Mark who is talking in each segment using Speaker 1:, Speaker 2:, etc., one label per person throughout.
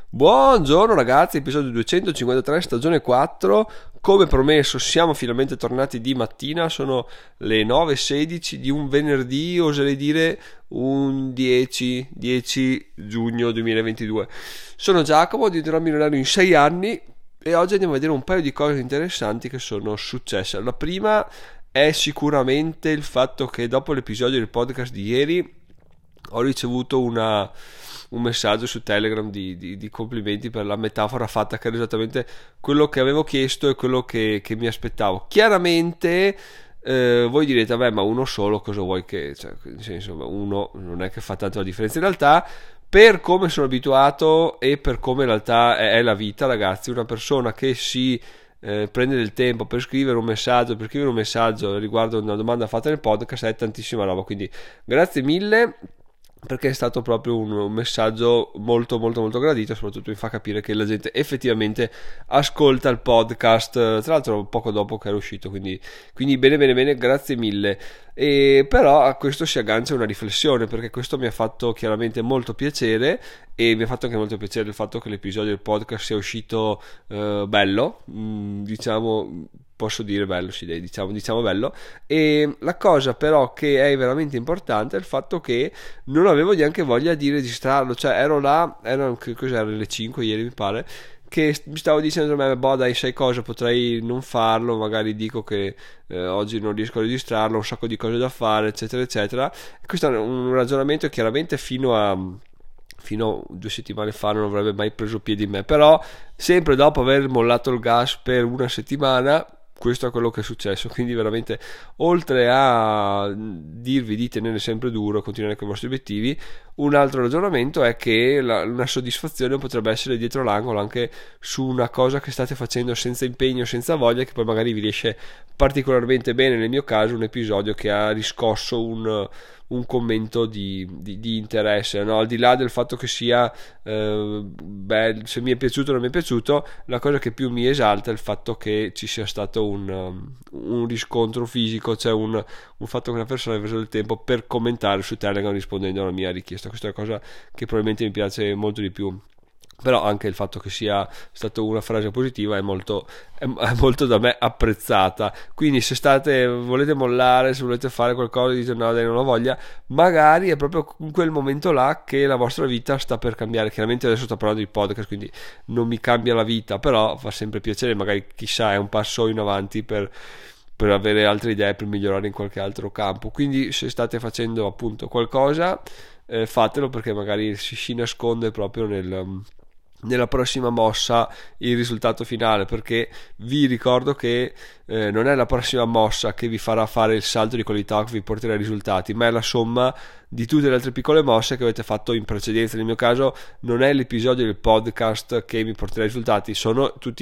Speaker 1: Buongiorno ragazzi, episodio 253, stagione 4. Come promesso siamo finalmente tornati di mattina, sono le 9:16 di un venerdì, oserei dire un 10 giugno 2022. Sono Giacomo, diventerò milionario in 6 anni e oggi andiamo a vedere un paio di cose interessanti che sono successe. La prima è sicuramente il fatto che dopo l'episodio del podcast di ieri ho ricevuto un messaggio su Telegram di complimenti per la metafora fatta, che era esattamente quello che avevo chiesto e quello che mi aspettavo. Chiaramente voi direte, vabbè, ma uno solo cosa vuoi che... Cioè, nel senso, uno non è che fa tanto la differenza. In realtà, per come sono abituato e per come in realtà è la vita, ragazzi, una persona che si... prende del tempo per scrivere un messaggio riguardo una domanda fatta nel podcast è tantissima roba, quindi grazie mille, perché è stato proprio un messaggio molto molto molto gradito, soprattutto mi fa capire che la gente effettivamente ascolta il podcast, tra l'altro poco dopo che era uscito, quindi bene bene bene, grazie mille. E però a questo si aggancia una riflessione, perché questo mi ha fatto chiaramente molto piacere, e mi ha fatto anche molto piacere il fatto che l'episodio del podcast sia uscito bello, diciamo, posso dire bello, sì, dai, diciamo bello. E la cosa però che è veramente importante è il fatto che non avevo neanche voglia di registrarlo, cioè ero là, cos'erano le 5 ieri mi pare, che mi stavo dicendo, boh dai, sai cosa, potrei non farlo, magari dico che oggi non riesco a registrarlo, ho un sacco di cose da fare, eccetera eccetera. E questo è un ragionamento chiaramente fino a 2 settimane fa non avrebbe mai preso piede in me, però sempre dopo aver mollato il gas per una settimana, questo è quello che è successo. Quindi veramente, oltre a dirvi di tenere sempre duro, continuare con i vostri obiettivi, un altro ragionamento è che una soddisfazione potrebbe essere dietro l'angolo anche su una cosa che state facendo senza impegno, senza voglia, che poi magari vi riesce particolarmente bene. Nel mio caso un episodio che ha riscosso un commento di interesse, no? Al di là del fatto che sia se mi è piaciuto o non mi è piaciuto, la cosa che più mi esalta è il fatto che ci sia stato un riscontro fisico, cioè un fatto che una persona abbia preso il tempo per commentare su Telegram rispondendo alla mia richiesta. Questa è la cosa che probabilmente mi piace molto di più. Però anche il fatto che sia stata una frase positiva è molto da me apprezzata. Quindi se volete mollare, se volete fare qualcosa, dite no dai, non ho voglia, magari è proprio in quel momento là che la vostra vita sta per cambiare. Chiaramente adesso sto parlando di podcast, quindi non mi cambia la vita, però fa sempre piacere, magari chissà è un passo in avanti per avere altre idee, per migliorare in qualche altro campo. Quindi se state facendo appunto qualcosa, fatelo, perché magari si nasconde proprio nella prossima mossa il risultato finale, perché vi ricordo che non è la prossima mossa che vi farà fare il salto di qualità che vi porterà ai risultati, ma è la somma di tutte le altre piccole mosse che avete fatto in precedenza. Nel mio caso non è l'episodio del podcast che mi porterà ai risultati, sono tutti i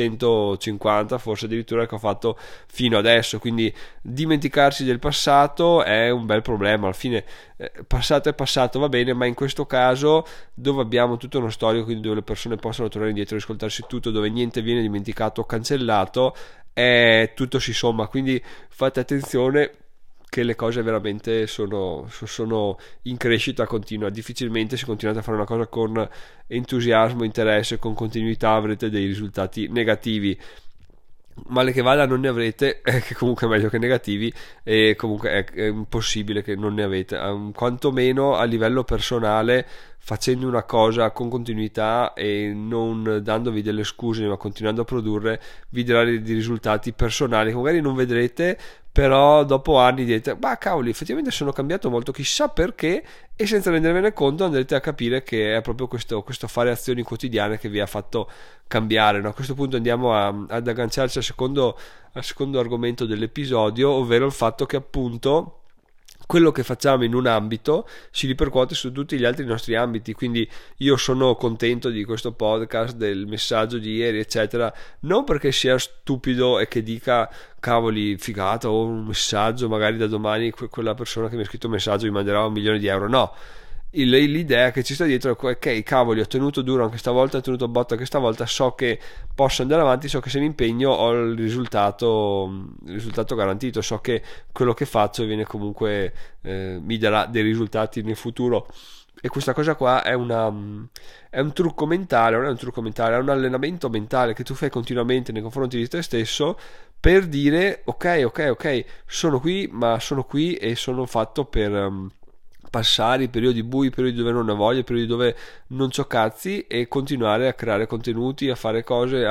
Speaker 1: 750 forse addirittura che ho fatto fino adesso. Quindi dimenticarsi del passato è un bel problema. Alla fine passato è passato, va bene, ma in questo caso, dove abbiamo tutto uno storico, quindi dove le persone possono tornare indietro e ascoltarsi tutto, dove niente viene dimenticato o cancellato, tutto si somma. Quindi fate attenzione che le cose veramente sono in crescita continua. Difficilmente, se continuate a fare una cosa con entusiasmo, interesse, con continuità, avrete dei risultati negativi. Male che vada non ne avrete, che comunque è meglio che negativi, e comunque è impossibile che non ne avete, quantomeno a livello personale. Facendo una cosa con continuità e non dandovi delle scuse, ma continuando a produrre, vi darà dei risultati personali che magari non vedrete, però dopo anni direte ma cavoli, effettivamente sono cambiato molto, chissà perché, e senza rendervene conto andrete a capire che è proprio questo fare azioni quotidiane che vi ha fatto cambiare, no? A questo punto andiamo ad agganciarci al secondo argomento dell'episodio, ovvero il fatto che appunto quello che facciamo in un ambito si ripercuote su tutti gli altri nostri ambiti. Quindi io sono contento di questo podcast, del messaggio di ieri eccetera, non perché sia stupido e che dica cavoli figata, o un messaggio magari da domani quella persona che mi ha scritto un messaggio mi manderà 1 milione di euro, no. L'idea che ci sta dietro è ok, cavoli, ho tenuto duro anche stavolta, ho tenuto botta anche stavolta, so che posso andare avanti, so che se mi impegno ho il risultato garantito, so che quello che faccio viene comunque mi darà dei risultati nel futuro. E questa cosa qua è un trucco mentale, non è un trucco mentale, è un allenamento mentale che tu fai continuamente nei confronti di te stesso per dire ok, sono qui, ma sono qui e sono fatto per passare i periodi bui, i periodi dove non ne voglio, i periodi dove non c'ho cazzi, e continuare a creare contenuti, a fare cose,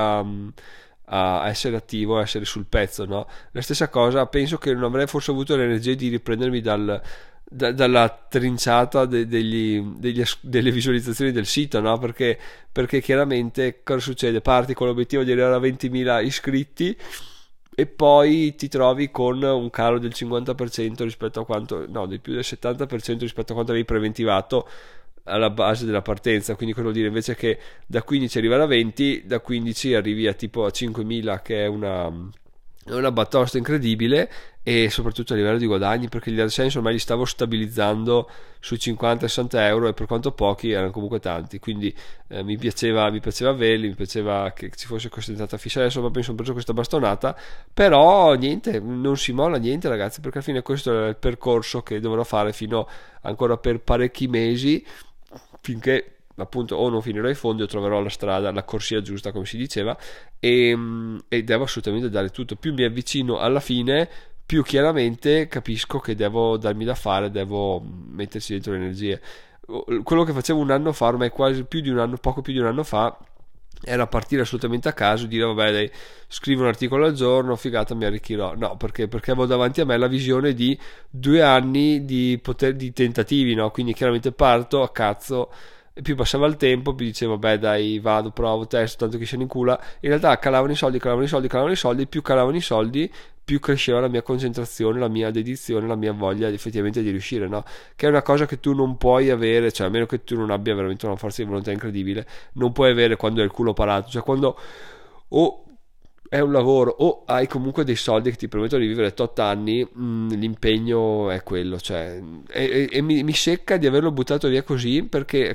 Speaker 1: a essere attivo, a essere sul pezzo, no? La stessa cosa, penso che non avrei forse avuto l'energia di riprendermi dalla trinciata delle visualizzazioni del sito, no? Perché chiaramente cosa succede? Parti con l'obiettivo di arrivare a 20.000 iscritti e poi ti trovi con un calo del 50% rispetto a quanto, no, di più del 70% rispetto a quanto avevi preventivato alla base della partenza. Quindi cosa vuol dire? Invece che da 15 arrivare a 20, da 15 arrivi a tipo a 5.000, che è una batosta incredibile, e soprattutto a livello di guadagni, perché gli AdSense ormai li stavo stabilizzando sui 50-60 euro, e per quanto pochi erano comunque tanti. Quindi mi piaceva averli, mi piaceva che ci fosse questa entrata fissa. Adesso proprio mi sono preso questa bastonata, però niente, non si molla niente, ragazzi, perché alla fine questo è il percorso che dovrò fare fino ancora per parecchi mesi, finché appunto o non finirò i fondi o troverò la strada, la corsia giusta, come si diceva, e devo assolutamente dare tutto. Più mi avvicino alla fine, più chiaramente capisco che devo darmi da fare, devo metterci dentro le energie. Quello che facevo un anno fa, ormai quasi più di un anno, poco più di un anno fa, era partire assolutamente a caso, dire vabbè dai, scrivo un articolo al giorno, figata, mi arricchirò. No, perché avevo davanti a me la visione di 2 anni di tentativi, no? Quindi chiaramente parto a cazzo, e più passava il tempo, più dicevo vabbè dai, vado, provo, testo, tanto che se ne incula. In realtà calavano i soldi, più calavano i soldi, più cresceva la mia concentrazione, la mia dedizione, la mia voglia effettivamente di riuscire, no? Che è una cosa che tu non puoi avere, cioè a meno che tu non abbia veramente una forza di volontà incredibile, non puoi avere quando hai il culo parato, cioè quando o è un lavoro o hai comunque dei soldi che ti permettono di vivere tot anni, l'impegno è quello, cioè, e mi secca di averlo buttato via così, perché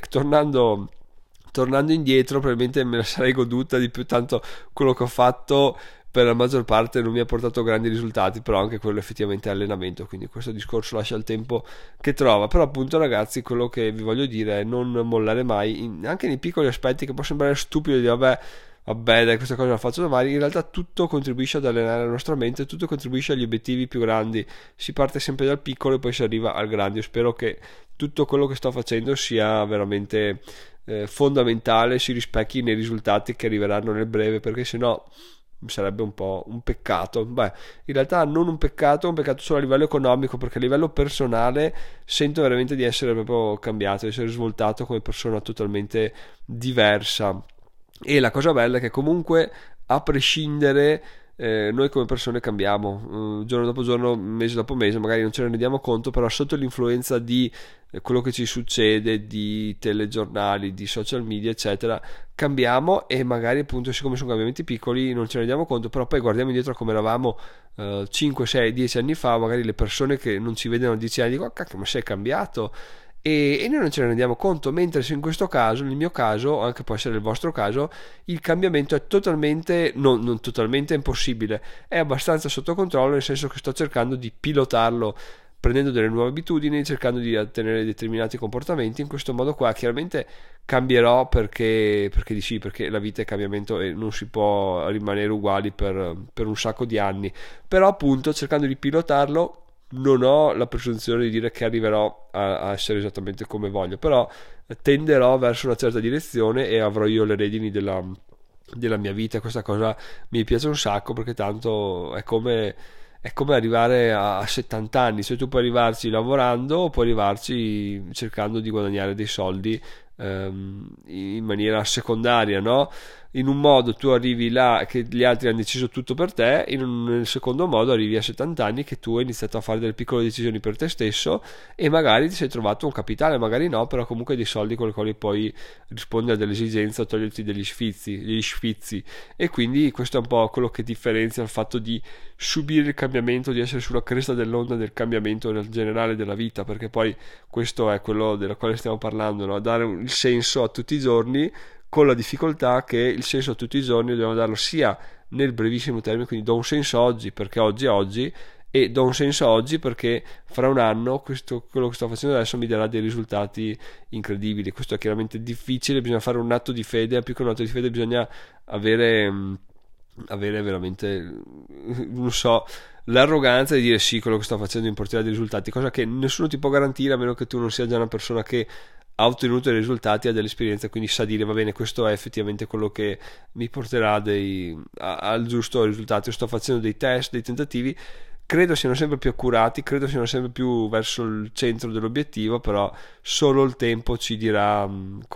Speaker 1: tornando indietro probabilmente me la sarei goduta di più, tanto quello che ho fatto per la maggior parte non mi ha portato grandi risultati, però anche quello effettivamente è allenamento, quindi questo discorso lascia il tempo che trova. Però appunto, ragazzi, quello che vi voglio dire è non mollare mai, anche nei piccoli aspetti, che può sembrare stupido di vabbè dai, questa cosa la faccio domani. In realtà tutto contribuisce ad allenare la nostra mente, tutto contribuisce agli obiettivi più grandi. Si parte sempre dal piccolo e poi si arriva al grande. Io spero che tutto quello che sto facendo sia veramente fondamentale, si rispecchi nei risultati che arriveranno nel breve, perché sennò sarebbe un po' un peccato. Beh, in realtà non un peccato solo a livello economico, perché a livello personale sento veramente di essere proprio cambiato, di essere svoltato come persona totalmente diversa. E la cosa bella è che comunque, a prescindere, noi come persone cambiamo, giorno dopo giorno, mese dopo mese, magari non ce ne rendiamo conto, però sotto l'influenza di quello che ci succede, di telegiornali, di social media eccetera, cambiamo, e magari appunto, siccome sono cambiamenti piccoli, non ce ne rendiamo conto, però poi guardiamo indietro a come eravamo 5, 6, 10 anni fa, magari le persone che non ci vedono a 10 anni dicono cacchio, ma sei cambiato, e noi non ce ne rendiamo conto, mentre se in questo caso, nel mio caso, anche può essere il vostro caso, il cambiamento è totalmente, non totalmente impossibile, è abbastanza sotto controllo, nel senso che sto cercando di pilotarlo, prendendo delle nuove abitudini, cercando di ottenere determinati comportamenti. In questo modo qua chiaramente cambierò, perché di sì, perché la vita è cambiamento e non si può rimanere uguali per un sacco di anni, però appunto cercando di pilotarlo non ho la presunzione di dire che arriverò a essere esattamente come voglio, però tenderò verso una certa direzione e avrò io le redini della mia vita. Questa cosa mi piace un sacco, perché tanto è come arrivare a 70 anni, cioè tu puoi arrivarci lavorando o puoi arrivarci cercando di guadagnare dei soldi in maniera secondaria, no? In un modo tu arrivi là che gli altri hanno deciso tutto per te, nel secondo modo arrivi a 70 anni che tu hai iniziato a fare delle piccole decisioni per te stesso, e magari ti sei trovato un capitale, magari no, però comunque dei soldi con i quali puoi rispondere a delle esigenze o toglierti degli sfizi, e quindi questo è un po' quello che differenzia il fatto di subire il cambiamento, di essere sulla cresta dell'onda del cambiamento nel generale della vita, perché poi questo è quello della quale stiamo parlando, no? Dare il senso a tutti i giorni, con la difficoltà che il senso a tutti i giorni dobbiamo darlo sia nel brevissimo termine, quindi do un senso oggi perché oggi è oggi, e do un senso oggi perché fra un anno quello che sto facendo adesso mi darà dei risultati incredibili. Questo è chiaramente difficile, bisogna fare un atto di fede, più che un atto di fede bisogna avere veramente, non so, l'arroganza di dire sì, quello che sto facendo mi porterà dei risultati, cosa che nessuno ti può garantire a meno che tu non sia già una persona che ha ottenuto dei risultati, ha dell'esperienza, quindi sa dire va bene, questo è effettivamente quello che mi porterà al giusto risultato. Io sto facendo dei test, dei tentativi, credo siano sempre più accurati, credo siano sempre più verso il centro dell'obiettivo, però solo il tempo ci dirà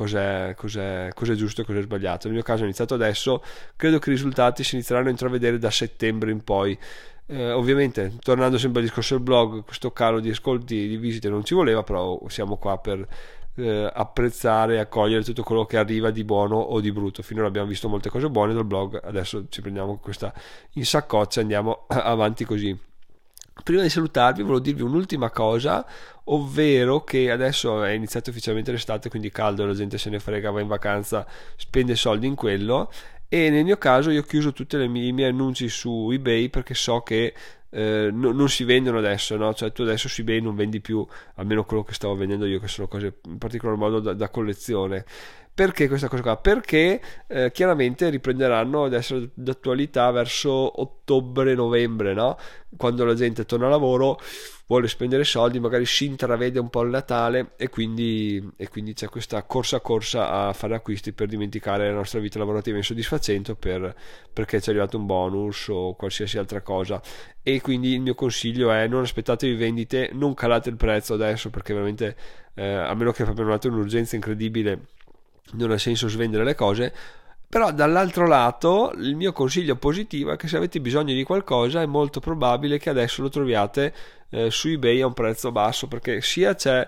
Speaker 1: cos'è giusto e cos'è sbagliato. Nel mio caso è iniziato adesso, credo che i risultati si inizieranno a intravedere da settembre in poi. Ovviamente, tornando sempre al discorso del blog, questo calo di ascolti, di visite non ci voleva, però siamo qua per apprezzare e accogliere tutto quello che arriva di buono o di brutto. Finora abbiamo visto molte cose buone dal blog, adesso ci prendiamo questa in saccoccia e andiamo avanti così. Prima di salutarvi volevo dirvi un'ultima cosa, ovvero che adesso è iniziato ufficialmente l'estate, quindi caldo, la gente se ne frega, va in vacanza, spende soldi in quello, e nel mio caso io ho chiuso tutti i miei annunci su eBay perché so che non si vendono adesso, no? Cioè tu adesso su eBay non vendi più, almeno quello che stavo vendendo io, che sono cose in particolar modo da collezione. Perché questa cosa qua? Perché chiaramente riprenderanno ad essere d'attualità verso ottobre-novembre, no? Quando la gente torna a lavoro, vuole spendere soldi, magari si intravede un po' il Natale e quindi c'è questa corsa a fare acquisti per dimenticare la nostra vita lavorativa insoddisfacente perché ci è arrivato un bonus o qualsiasi altra cosa. E quindi il mio consiglio è: non aspettatevi vendite, non calate il prezzo adesso perché veramente a meno che proprio non abbiate un'urgenza incredibile non ha senso svendere le cose. Però dall'altro lato il mio consiglio positivo è che se avete bisogno di qualcosa è molto probabile che adesso lo troviate su eBay a un prezzo basso, perché sia c'è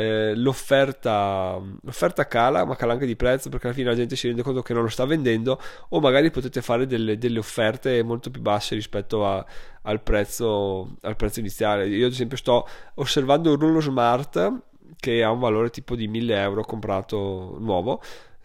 Speaker 1: l'offerta cala, ma cala anche di prezzo perché alla fine la gente si rende conto che non lo sta vendendo, o magari potete fare delle offerte molto più basse rispetto al prezzo iniziale. Io ad esempio sto osservando un rullo smart che ha un valore tipo di 1.000 euro comprato nuovo,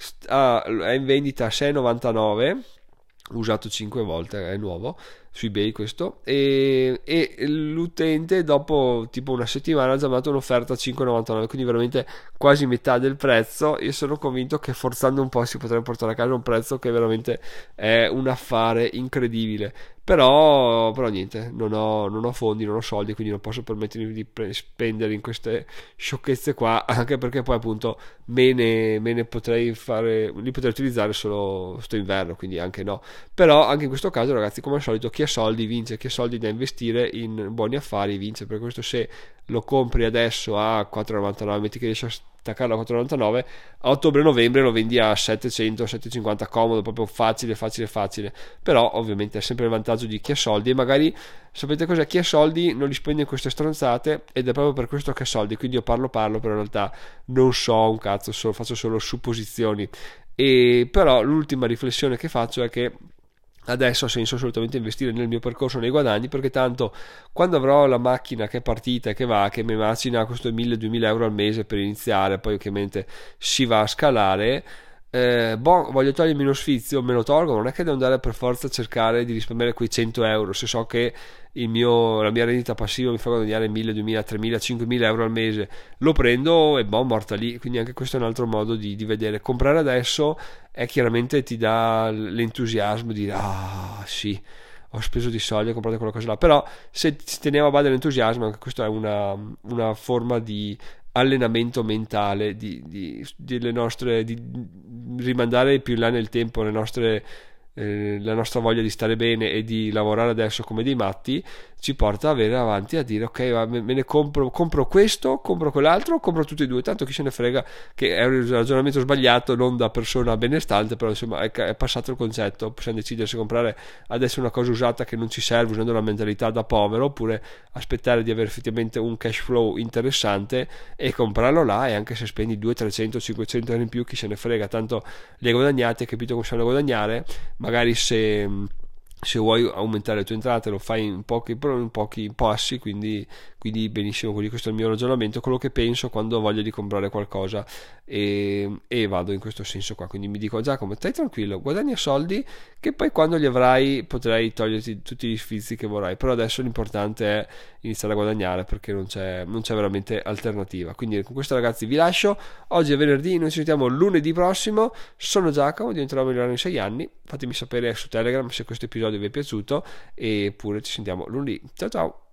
Speaker 1: è in vendita a 6,99, usato 5 volte, è nuovo su eBay questo, e l'utente dopo tipo una settimana ha già dato un'offerta a 5,99, quindi veramente quasi metà del prezzo. Io sono convinto che forzando un po' si potrebbe portare a casa un prezzo che veramente è un affare incredibile. Però niente, non ho fondi, non ho soldi, quindi non posso permettermi di spendere in queste sciocchezze qua, anche perché poi appunto me ne potrei fare, li potrei utilizzare solo sto inverno, quindi anche no. Però anche in questo caso, ragazzi, come al solito, chi ha soldi vince, chi ha soldi da investire in buoni affari vince. Per questo, se lo compri adesso a 4,99, metti che riesci a staccarlo a 4,99, a ottobre-novembre lo vendi a 700, 750, comodo, proprio facile. Però ovviamente è sempre il vantaggio di chi ha soldi, e magari sapete cos'è, chi ha soldi non li spende in queste stronzate, ed è proprio per questo che ha soldi. Quindi io parlo, però in realtà non so un cazzo, faccio solo supposizioni. E però l'ultima riflessione che faccio è che adesso ha senso assolutamente investire nel mio percorso, nei guadagni, perché tanto quando avrò la macchina che è partita e che va, che mi macina questo 1.000-2.000 euro al mese per iniziare, poi ovviamente si va a scalare, voglio togliermi uno sfizio, me lo tolgo. Non è che devo andare per forza a cercare di risparmiare quei 100 euro se so che la mia rendita passiva mi fa guadagnare 1.000, 2.000, 3.000, 5.000 euro al mese, lo prendo e morta lì. Quindi anche questo è un altro modo di vedere. Comprare adesso è chiaramente, ti dà l'entusiasmo di sì, ho speso di soldi, ho comprato quella cosa là. Però se teniamo a bada l'entusiasmo, anche questa è una forma di allenamento mentale, delle nostre, di rimandare più in là nel tempo la nostra voglia di stare bene e di lavorare adesso come dei matti, ci porta ad avere avanti a dire ok, me ne compro questo, compro quell'altro, compro tutti e due, tanto chi se ne frega, che è un ragionamento sbagliato, non da persona benestante, però insomma è passato il concetto. Possiamo decidere se comprare adesso una cosa usata che non ci serve, usando la mentalità da povero, oppure aspettare di avere effettivamente un cash flow interessante e comprarlo là, e anche se spendi 200, 300, 500 euro in più, chi se ne frega, tanto li hai guadagnati, hai capito come si vanno a guadagnare. Magari se vuoi aumentare le tue entrate lo fai in pochi passi, quindi quindi benissimo così, questo è il mio ragionamento, quello che penso quando ho voglia di comprare qualcosa, e vado in questo senso qua. Quindi mi dico: Giacomo, stai tranquillo, guadagna soldi che poi quando li avrai potrai toglierti tutti gli sfizi che vorrai, però adesso l'importante è iniziare a guadagnare, perché non c'è veramente alternativa. Quindi con questo, ragazzi, vi lascio. Oggi è venerdì, noi ci sentiamo lunedì prossimo. Sono Giacomo, diventerò migliorare in 6 anni. Fatemi sapere su Telegram se questo episodio vi è piaciuto, e pure ci sentiamo lunedì. Ciao ciao.